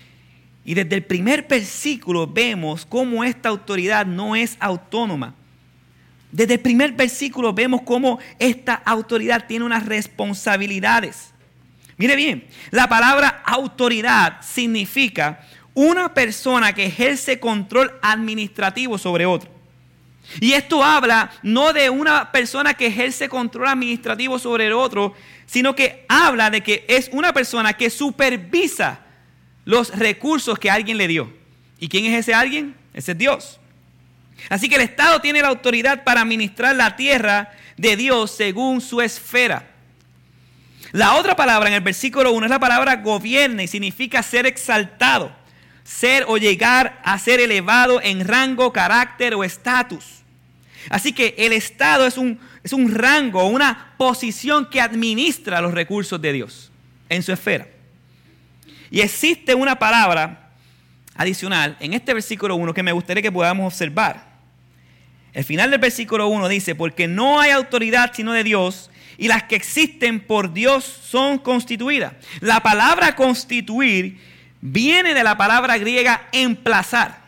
Y desde el primer versículo vemos cómo esta autoridad no es autónoma. Desde el primer versículo vemos cómo esta autoridad tiene unas responsabilidades. Mire bien, la palabra autoridad significa una persona que ejerce control administrativo sobre otro. Y esto habla no de una persona que ejerce control administrativo sobre el otro, sino que habla de que es una persona que supervisa los recursos que alguien le dio. ¿Y quién es ese alguien? Ese es Dios. Así que el Estado tiene la autoridad para administrar la tierra de Dios según su esfera. La otra palabra en el versículo 1 es la palabra gobierna y significa ser exaltado, ser o llegar a ser elevado en rango, carácter o estatus. Así que el Estado es un rango, una posición que administra los recursos de Dios en su esfera. Y existe una palabra adicional en este versículo 1 que me gustaría que podamos observar. El final del versículo 1 dice: porque no hay autoridad sino de Dios, y las que existen por Dios son constituidas. La palabra constituir viene de la palabra griega emplazar.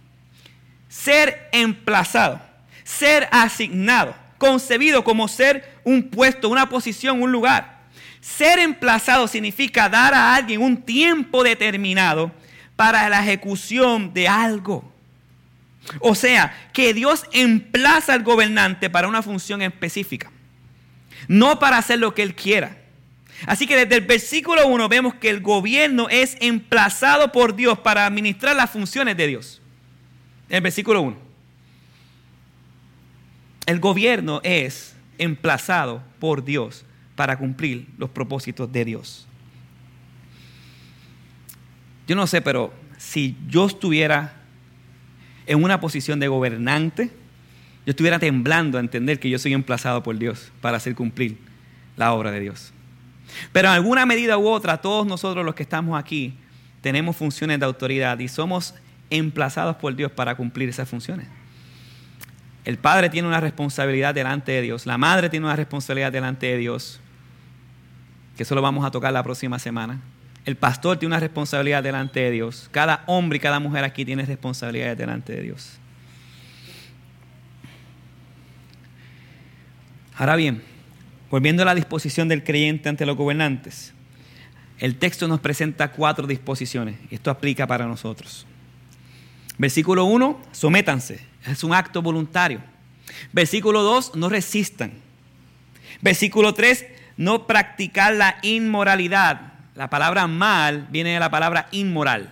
Ser emplazado, ser asignado, concebido como ser un puesto, una posición, un lugar. Ser emplazado significa dar a alguien un tiempo determinado para la ejecución de algo. O sea, que Dios emplaza al gobernante para una función específica, no para hacer lo que Él quiera. Así que desde el versículo 1 vemos que el gobierno es emplazado por Dios para administrar las funciones de Dios. El versículo 1. El gobierno es emplazado por Dios para cumplir los propósitos de Dios. Yo no sé, pero si yo estuviera en una posición de gobernante, yo estuviera temblando a entender que yo soy emplazado por Dios para hacer cumplir la obra de Dios. Pero en alguna medida u otra, todos nosotros los que estamos aquí tenemos funciones de autoridad y somos emplazados por Dios para cumplir esas funciones. El padre tiene una responsabilidad delante de Dios, la madre tiene una responsabilidad delante de Dios, que eso lo vamos a tocar la próxima semana. El pastor tiene una responsabilidad delante de Dios. Cada hombre y cada mujer aquí tiene responsabilidades delante de Dios. Ahora bien, volviendo a la disposición del creyente ante los gobernantes, el texto nos presenta 4 disposiciones y esto aplica para nosotros. Versículo 1, sométanse, es un acto voluntario. Versículo 2, no resistan. Versículo 3, no practicar la inmoralidad. La palabra mal viene de la palabra inmoral.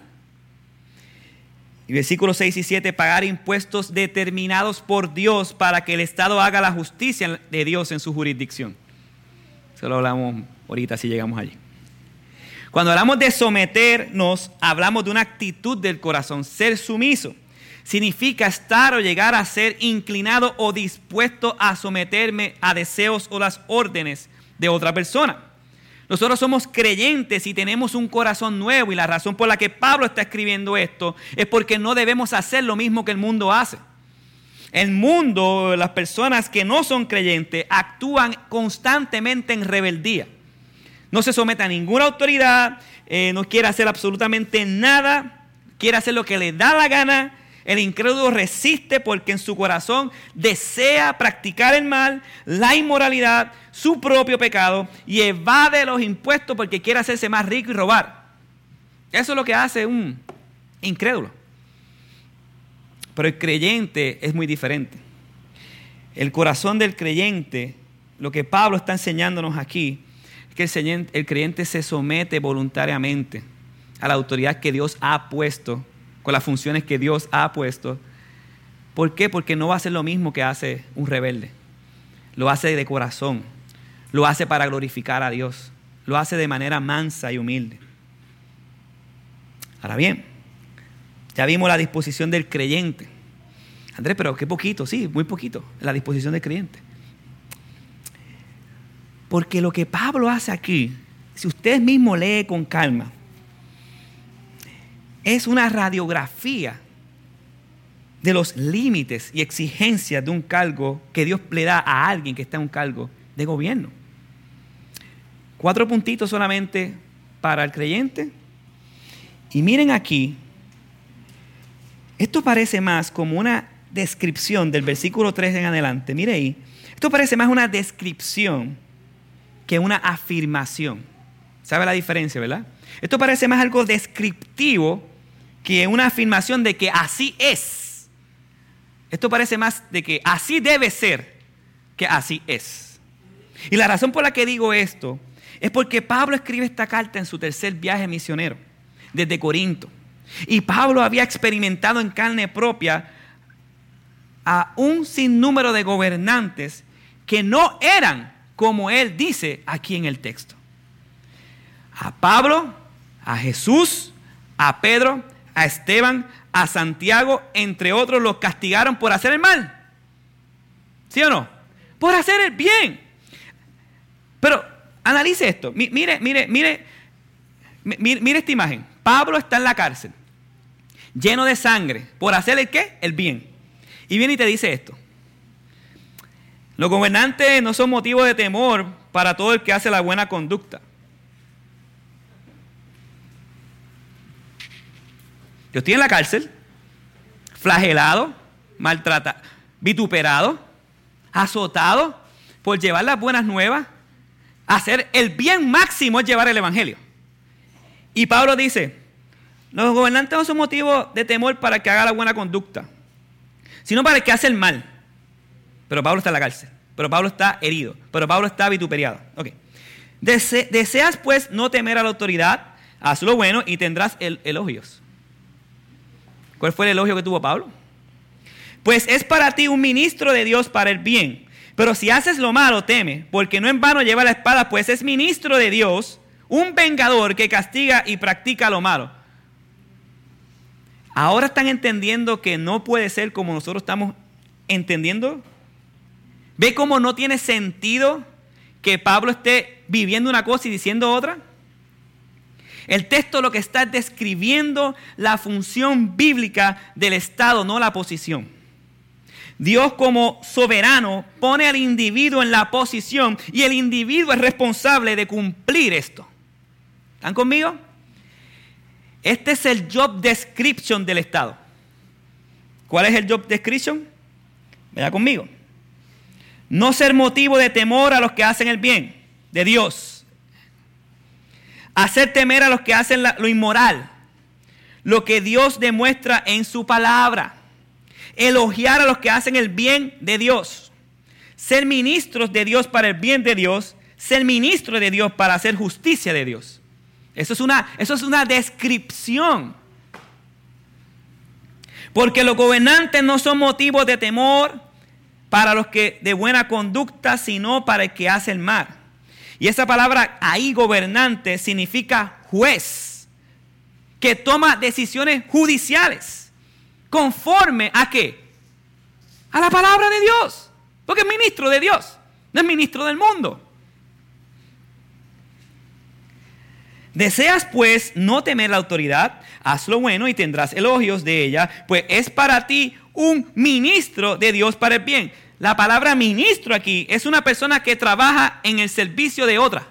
Y versículos 6 y 7, pagar impuestos determinados por Dios para que el Estado haga la justicia de Dios en su jurisdicción. Eso lo hablamos ahorita si llegamos allí. Cuando hablamos de someternos, hablamos de una actitud del corazón. Ser sumiso significa estar o llegar a ser inclinado o dispuesto a someterme a deseos o las órdenes de otra persona. Nosotros somos creyentes y tenemos un corazón nuevo, y la razón por la que Pablo está escribiendo esto es porque no debemos hacer lo mismo que el mundo hace. El mundo, las personas que no son creyentes, actúan constantemente en rebeldía. No se somete a ninguna autoridad, no quiere hacer absolutamente nada, quiere hacer lo que le da la gana. El incrédulo resiste porque en su corazón desea practicar el mal, la inmoralidad, su propio pecado, y evade los impuestos porque quiere hacerse más rico y robar. Eso es lo que hace un incrédulo. Pero el creyente es muy diferente. El corazón del creyente, lo que Pablo está enseñándonos aquí, es que el creyente se somete voluntariamente a la autoridad que Dios ha puesto, con las funciones que Dios ha puesto. ¿Por qué? Porque no va a hacer lo mismo que hace un rebelde. Lo hace de corazón, lo hace para glorificar a Dios, lo hace de manera mansa y humilde. Ahora bien, ya vimos la disposición del creyente. Andrés, pero qué poquito, sí, muy poquito, la disposición del creyente. Porque lo que Pablo hace aquí, si usted mismo lee con calma, es una radiografía de los límites y exigencias de un cargo que Dios le da a alguien que está en un cargo de gobierno. 4 puntitos solamente para el creyente. Y miren aquí, esto parece más como una descripción del versículo 3 en adelante. Mire ahí, esto parece más una descripción que una afirmación. ¿Sabe la diferencia, verdad? Esto parece más algo descriptivo que una afirmación de que así es. Esto parece más de que así debe ser que así es. Y la razón por la que digo esto es porque Pablo escribe esta carta en su tercer viaje misionero desde Corinto. Y Pablo había experimentado en carne propia a un sinnúmero de gobernantes que no eran como él dice aquí en el texto. A Pablo, a Jesús, a Pedro, a Esteban, a Santiago, entre otros, los castigaron por hacer el mal. ¿Sí o no? Por hacer el bien. Pero analice esto. Mire esta imagen. Pablo está en la cárcel, lleno de sangre, por hacer el ¿qué? El bien. Y viene y te dice esto. Los gobernantes no son motivo de temor para todo el que hace la buena conducta. Yo estoy en la cárcel, flagelado, maltratado, vituperado, azotado por llevar las buenas nuevas. Hacer el bien máximo es llevar el evangelio. Y Pablo dice, los gobernantes no son motivo de temor para el que haga la buena conducta, sino para el que hace el mal. Pero Pablo está en la cárcel, pero Pablo está herido, pero Pablo está vituperiado. Okay. Deseas pues no temer a la autoridad, haz lo bueno y tendrás elogios. ¿Cuál fue el elogio que tuvo Pablo? Pues es para ti un ministro de Dios para el bien. Pero si haces lo malo, teme, porque no en vano lleva la espada, pues es ministro de Dios, un vengador que castiga y practica lo malo. Ahora están entendiendo que no puede ser como nosotros estamos entendiendo. ¿Ve cómo no tiene sentido que Pablo esté viviendo una cosa y diciendo otra? El texto lo que está es describiendo la función bíblica del Estado, no la posición. Dios como soberano pone al individuo en la posición y el individuo es responsable de cumplir esto. ¿Están conmigo? Este es el job description del Estado. ¿Cuál es el job description? Vaya conmigo. No ser motivo de temor a los que hacen el bien de Dios. Hacer temer a los que hacen lo inmoral. Lo que Dios demuestra en su palabra. Elogiar a los que hacen el bien de Dios. Ser ministros de Dios para el bien de Dios. Ser ministro de Dios para hacer justicia de Dios. Eso es una descripción. Porque los gobernantes no son motivos de temor para los que de buena conducta, sino para el que hace el mal. Y esa palabra ahí, gobernante, significa juez, que toma decisiones judiciales. ¿Conforme a qué? A la palabra de Dios. Porque es ministro de Dios, no es ministro del mundo. Deseas pues no temer la autoridad, haz lo bueno y tendrás elogios de ella, pues es para ti un ministro de Dios para el bien. La palabra ministro aquí es una persona que trabaja en el servicio de otra.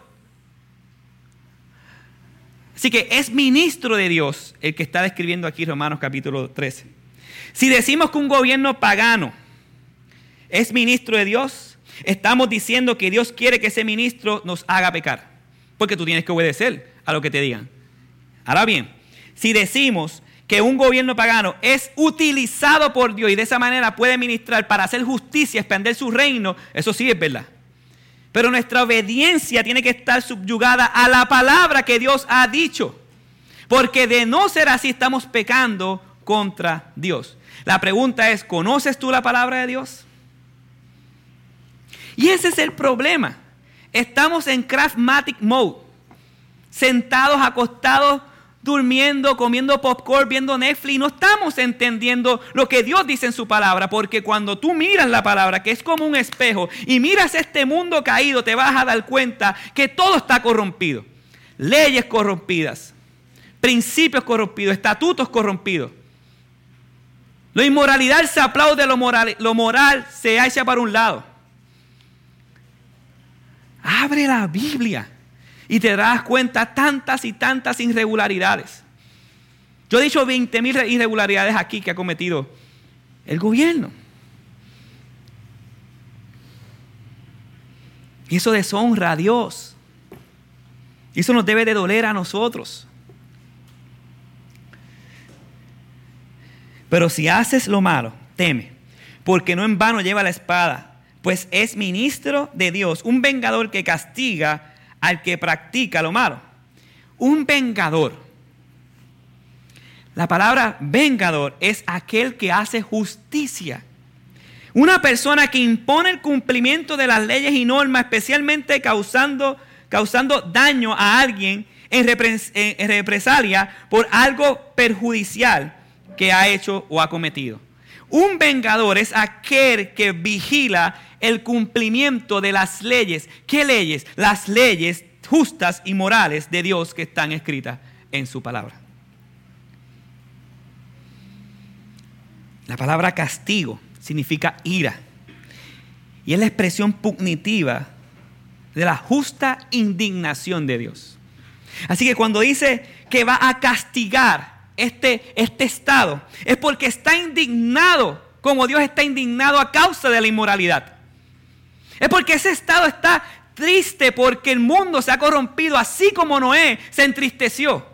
Así que es ministro de Dios el que está describiendo aquí Romanos capítulo 13. Si decimos que un gobierno pagano es ministro de Dios, estamos diciendo que Dios quiere que ese ministro nos haga pecar. Porque tú tienes que obedecer a lo que te digan. Ahora bien, si decimos que un gobierno pagano es utilizado por Dios y de esa manera puede ministrar para hacer justicia, expandir su reino, eso sí es verdad. Pero nuestra obediencia tiene que estar subyugada a la palabra que Dios ha dicho. Porque de no ser así estamos pecando contra Dios. La pregunta es, ¿conoces tú la palabra de Dios? Y ese es el problema. Estamos en Craftmatic mode. Sentados, acostados, durmiendo, comiendo popcorn, viendo Netflix. No estamos entendiendo lo que Dios dice en su palabra. Porque cuando tú miras la palabra, que es como un espejo, y miras este mundo caído, te vas a dar cuenta que todo está corrompido. Leyes corrompidas, principios corrompidos, estatutos corrompidos. La inmoralidad se aplaude, lo moral se echa para un lado. Abre la Biblia y te das cuenta tantas y tantas irregularidades. Yo he dicho 20,000 irregularidades aquí que ha cometido el gobierno. Y eso deshonra a Dios. Y eso nos debe de doler a nosotros. Pero si haces lo malo, teme, porque no en vano lleva la espada, pues es ministro de Dios, un vengador que castiga al que practica lo malo. Un vengador. La palabra vengador es aquel que hace justicia. Una persona que impone el cumplimiento de las leyes y normas, especialmente causando daño a alguien en represalia por algo perjudicial que ha hecho o ha cometido. Un vengador es aquel que vigila el cumplimiento de las leyes. ¿Qué leyes? Las leyes justas y morales de Dios que están escritas en su palabra. La palabra castigo significa ira. Y es la expresión punitiva de la justa indignación de Dios. Así que cuando dice que va a castigar este estado, es porque está indignado, como Dios está indignado a causa de la inmoralidad. Es porque ese estado está triste porque el mundo se ha corrompido, así como Noé se entristeció.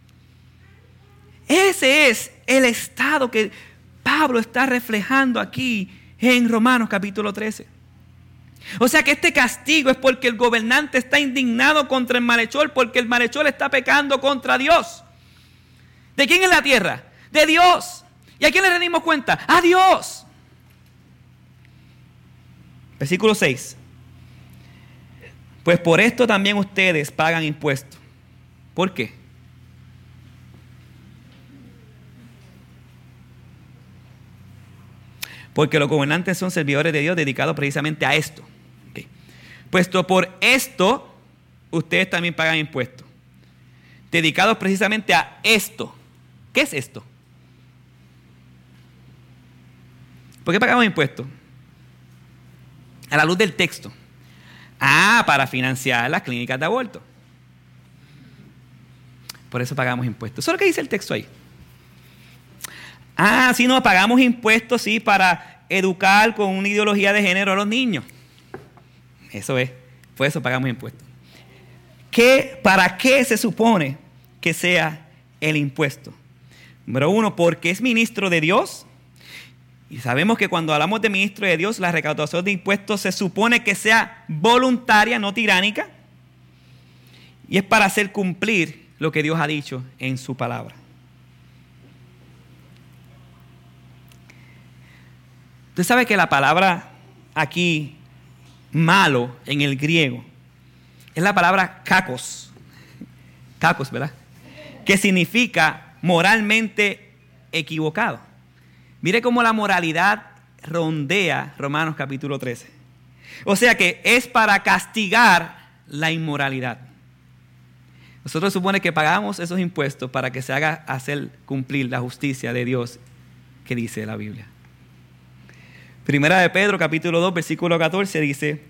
Ese es el estado que Pablo está reflejando aquí en Romanos capítulo 13. O sea que este castigo es porque el gobernante está indignado contra el malhechor, porque el malhechor está pecando contra Dios. ¿De quién es la tierra? De Dios. ¿Y a quién le rendimos cuenta? A Dios. Versículo 6. Pues por esto también ustedes pagan impuestos. ¿Por qué? porque los gobernantes son servidores de Dios dedicados precisamente a esto. Okay. Puesto por esto, ustedes también pagan impuestos. Dedicados precisamente a esto. ¿Qué es esto? ¿Por qué pagamos impuestos? A la luz del texto. Para financiar las clínicas de aborto. Por eso pagamos impuestos. Eso es lo que dice el texto ahí. Sí, no, pagamos impuestos, sí, para educar con una ideología de género a los niños. Eso es. Por eso pagamos impuestos. ¿Para qué se supone que sea el impuesto? Número 1, porque es ministro de Dios. Y sabemos que cuando hablamos de ministro de Dios, la recaudación de impuestos se supone que sea voluntaria, no tiránica. Y es para hacer cumplir lo que Dios ha dicho en su palabra. Usted sabe que la palabra aquí, malo, en el griego, es la palabra kakos. Kakos, ¿verdad? Que significa moralmente equivocado. Mire cómo la moralidad rondea Romanos capítulo 13. O sea que es para castigar la inmoralidad. Nosotros supone que pagamos esos impuestos para que se haga hacer cumplir la justicia de Dios que dice la Biblia. Primera de Pedro capítulo 2 versículo 14 dice: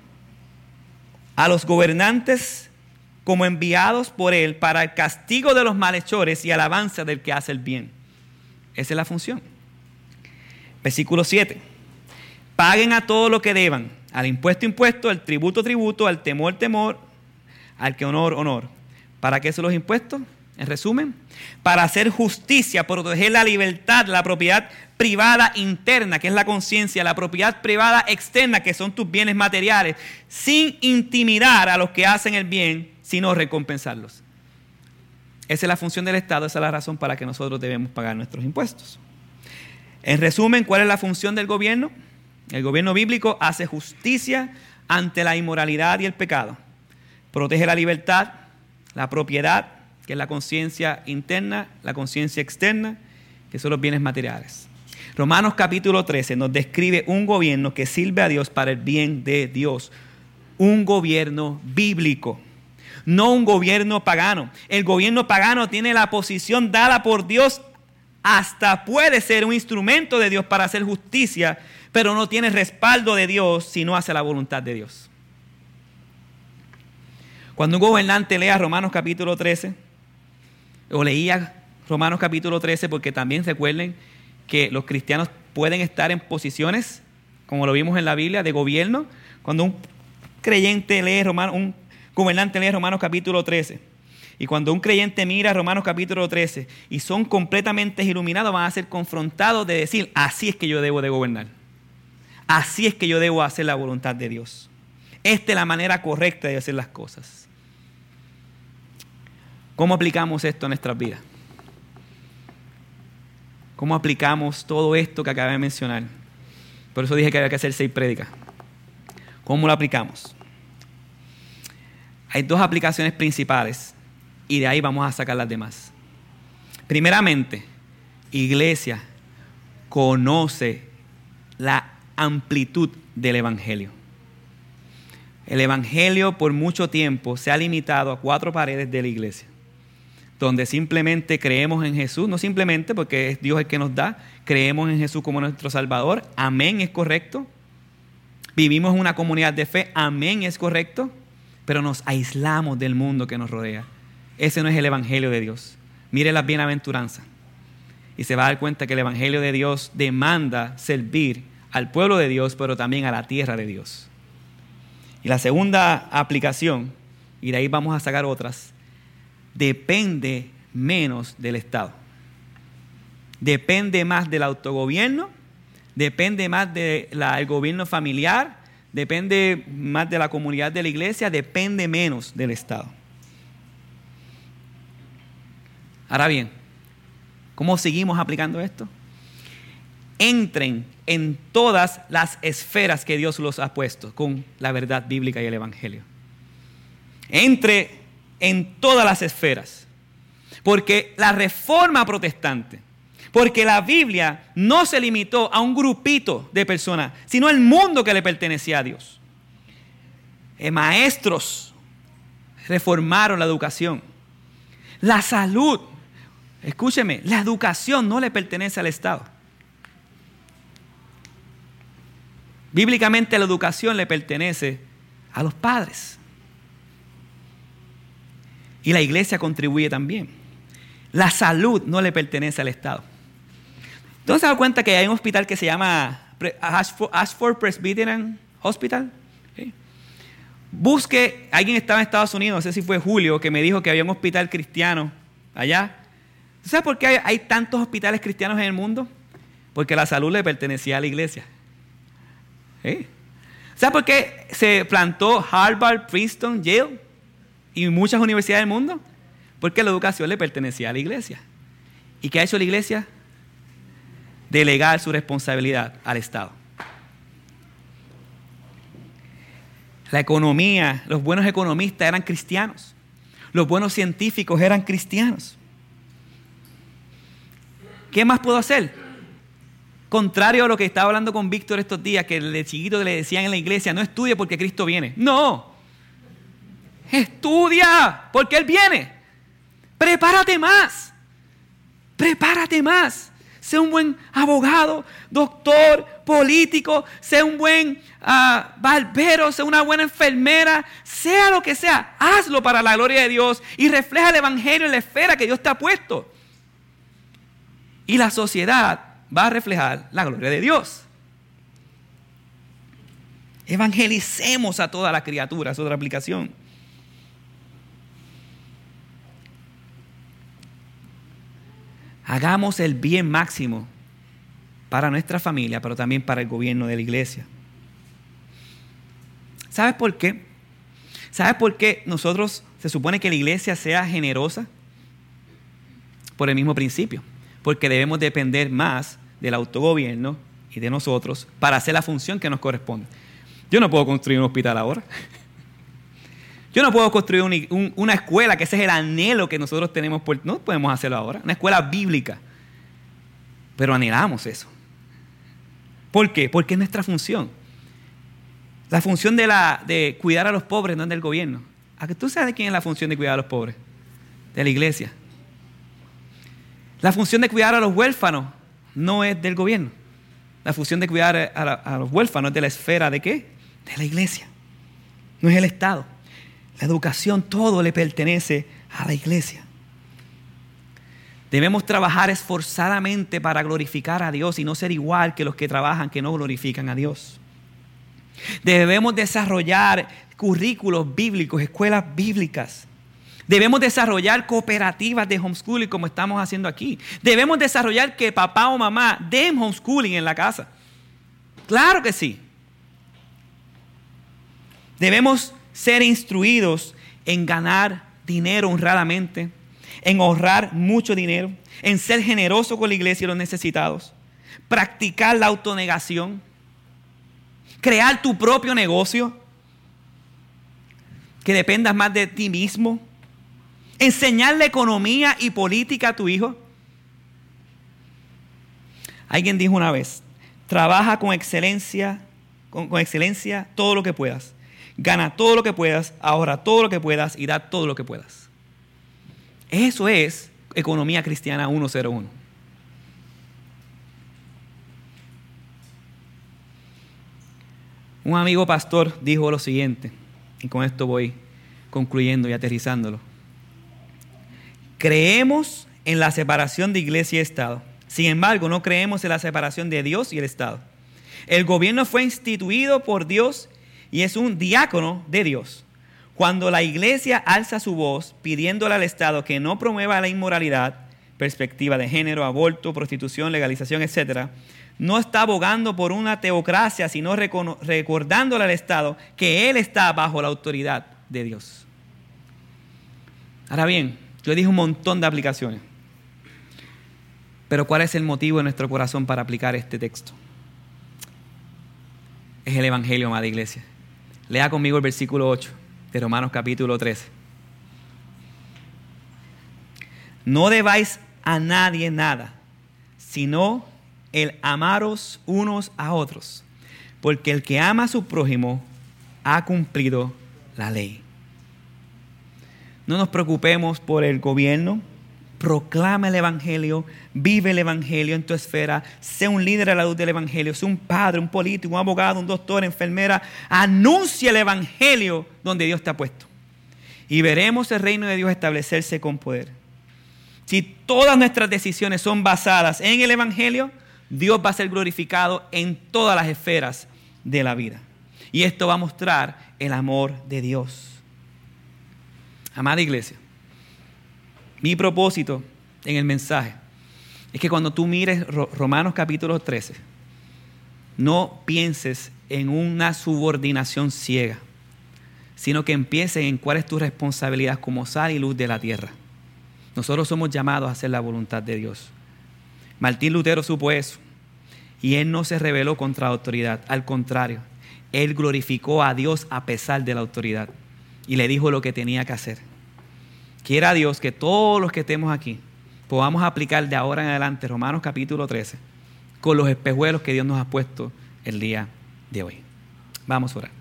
a los gobernantes como enviados por él para el castigo de los malhechores y alabanza del que hace el bien. Esa es la función. Versículo 7. Paguen a todo lo que deban, al impuesto, al tributo, al temor, al que honor. ¿Para qué son los impuestos? En resumen, para hacer justicia, proteger la libertad, la propiedad privada interna, que es la conciencia, la propiedad privada externa, que son tus bienes materiales, sin intimidar a los que hacen el bien, sino recompensarlos. Esa es la función del Estado, esa es la razón para que nosotros debemos pagar nuestros impuestos. En resumen, ¿cuál es la función del gobierno? El gobierno bíblico hace justicia ante la inmoralidad y el pecado. Protege la libertad, la propiedad, que es la conciencia interna, la conciencia externa, que son los bienes materiales. Romanos capítulo 13 nos describe un gobierno que sirve a Dios para el bien de Dios. Un gobierno bíblico, no un gobierno pagano. El gobierno pagano tiene la posición dada por Dios, hasta puede ser un instrumento de Dios para hacer justicia, pero no tiene respaldo de Dios si no hace la voluntad de Dios. Cuando un gobernante lea Romanos capítulo 13, o leía Romanos capítulo 13, porque también recuerden que los cristianos pueden estar en posiciones, como lo vimos en la Biblia, de gobierno. Cuando un creyente lee un gobernante lee Romanos capítulo 13, y cuando un creyente mira Romanos capítulo 13 y son completamente iluminados, van a ser confrontados de decir: así es que yo debo de gobernar. Así es que yo debo hacer la voluntad de Dios. Esta es la manera correcta de hacer las cosas. ¿Cómo aplicamos esto a nuestras vidas? ¿Cómo aplicamos todo esto que acabé de mencionar? Por eso dije que había que hacer 6 prédicas. ¿Cómo lo aplicamos? Hay 2 aplicaciones principales y de ahí vamos a sacar las demás. Primeramente, iglesia, conoce la amplitud del evangelio. El evangelio por mucho tiempo se ha limitado a 4 paredes de la iglesia, donde simplemente creemos en Jesús, no simplemente porque es Dios el que nos da, creemos en Jesús como nuestro Salvador, amén, es correcto. Vivimos en una comunidad de fe, amén, es correcto, pero nos aislamos del mundo que nos rodea. Ese no es el evangelio de Dios. Mire las bienaventuranzas y se va a dar cuenta que el evangelio de Dios demanda servir al pueblo de Dios, pero también a la tierra de Dios. Y la segunda aplicación, y de ahí vamos a sacar otras, depende menos del Estado. Depende más del autogobierno, depende más del gobierno familiar, depende más de la comunidad de la iglesia, depende menos del Estado. Ahora bien, ¿cómo seguimos aplicando esto? Entren en todas las esferas que Dios los ha puesto con la verdad bíblica y el evangelio. Entre en todas las esferas. Porque la reforma protestante, Porque la Biblia no se limitó a un grupito de personas, sino al mundo que le pertenecía a Dios. Maestros reformaron la educación. La salud, escúcheme, la educación no le pertenece al Estado. Bíblicamente la educación le pertenece a los padres. Y la iglesia contribuye también. La salud no le pertenece al Estado. Entonces se da cuenta que hay un hospital que se llama Ashford Presbyterian Hospital. ¿Sí? Busque, alguien estaba en Estados Unidos, no sé si fue Julio, que me dijo que había un hospital cristiano allá. ¿Sabes por qué hay tantos hospitales cristianos en el mundo? Porque la salud le pertenecía a la iglesia. ¿Sí? ¿Sabes por qué se plantó Harvard, Princeton, Yale y muchas universidades del mundo? Porque la educación le pertenecía a la iglesia. ¿Y qué ha hecho la iglesia? Delegar su responsabilidad al Estado. La economía, los buenos economistas eran cristianos. Los buenos científicos eran cristianos. ¿Qué más puedo hacer? Contrario a lo que estaba hablando con Víctor estos días, que de chiquito le decían en la iglesia, no estudie porque Cristo viene. No, estudia porque Él viene. Prepárate más. Prepárate más. Sé un buen abogado, doctor, político, sé un buen barbero, sé una buena enfermera, sea lo que sea, hazlo para la gloria de Dios y refleja el evangelio en la esfera que Dios te ha puesto. Y la sociedad va a reflejar la gloria de Dios. Evangelicemos a toda la criatura, es otra aplicación. Hagamos el bien máximo para nuestra familia, pero también para el gobierno de la iglesia. ¿Sabes por qué? ¿Sabes por qué nosotros se supone que la iglesia sea generosa? Por el mismo principio. Porque debemos depender más del autogobierno y de nosotros para hacer la función que nos corresponde. Yo no puedo construir un hospital ahora. Yo no puedo construir una escuela, que ese es el anhelo que nosotros tenemos. No podemos hacerlo ahora. Una escuela bíblica. Pero anhelamos eso. ¿Por qué? Porque es nuestra función. La función de cuidar a los pobres no es del gobierno. ¿A que tú sabes de quién es la función de cuidar a los pobres? De la iglesia. La función de cuidar a los huérfanos no es del gobierno. La función de cuidar a los huérfanos es de la esfera ¿de qué? De la iglesia. No es el Estado. La educación, todo le pertenece a la iglesia. Debemos trabajar esforzadamente para glorificar a Dios y no ser igual que los que trabajan que no glorifican a Dios. Debemos desarrollar currículos bíblicos, escuelas bíblicas. Debemos desarrollar cooperativas de homeschooling como estamos haciendo aquí. Debemos desarrollar que papá o mamá den homeschooling en la casa. Claro que sí. Debemos ser instruidos en ganar dinero honradamente, en ahorrar mucho dinero, en ser generoso con la iglesia y los necesitados, practicar la autonegación, crear tu propio negocio, que dependas más de ti mismo, enseñarle economía y política a tu hijo. Alguien dijo una vez, trabaja con excelencia, con excelencia todo lo que puedas. Gana todo lo que puedas, ahorra todo lo que puedas y da todo lo que puedas. Eso es economía cristiana 101. Un amigo pastor dijo lo siguiente, y con esto voy concluyendo y aterrizándolo. Creemos en la separación de iglesia y Estado. Sin embargo, no creemos en la separación de Dios y el Estado. El gobierno fue instituido por Dios y es un diácono de Dios. Cuando la iglesia alza su voz pidiéndole al Estado que no promueva la inmoralidad, perspectiva de género, aborto, prostitución, legalización, etc., no está abogando por una teocracia, sino recordándole al Estado que Él está bajo la autoridad de Dios. Ahora bien, yo dije un montón de aplicaciones. Pero ¿cuál es el motivo de nuestro corazón para aplicar este texto? Es el Evangelio, amada iglesia. Lea conmigo el versículo 8 de Romanos capítulo 13. No debáis a nadie nada, sino el amaros unos a otros, porque el que ama a su prójimo ha cumplido la ley. No nos preocupemos por el gobierno. Proclama el Evangelio, vive el Evangelio en tu esfera, sé un líder a la luz del Evangelio, sé un padre, un político, un abogado, un doctor, enfermera. Anuncia el Evangelio donde Dios te ha puesto. Y veremos el reino de Dios establecerse con poder. Si todas nuestras decisiones son basadas en el Evangelio, Dios va a ser glorificado en todas las esferas de la vida. Y esto va a mostrar el amor de Dios. Amada iglesia, mi propósito en el mensaje es que cuando tú mires Romanos capítulo 13, no pienses en una subordinación ciega, sino que empieces en cuál es tu responsabilidad como sal y luz de la tierra. Nosotros somos llamados a hacer la voluntad de Dios. Martín Lutero supo eso y él no se rebeló contra la autoridad. Al contrario, él glorificó a Dios a pesar de la autoridad y le dijo lo que tenía que hacer. Quiera Dios que todos los que estemos aquí podamos aplicar de ahora en adelante Romanos capítulo 13 con los espejuelos que Dios nos ha puesto el día de hoy. Vamos a orar.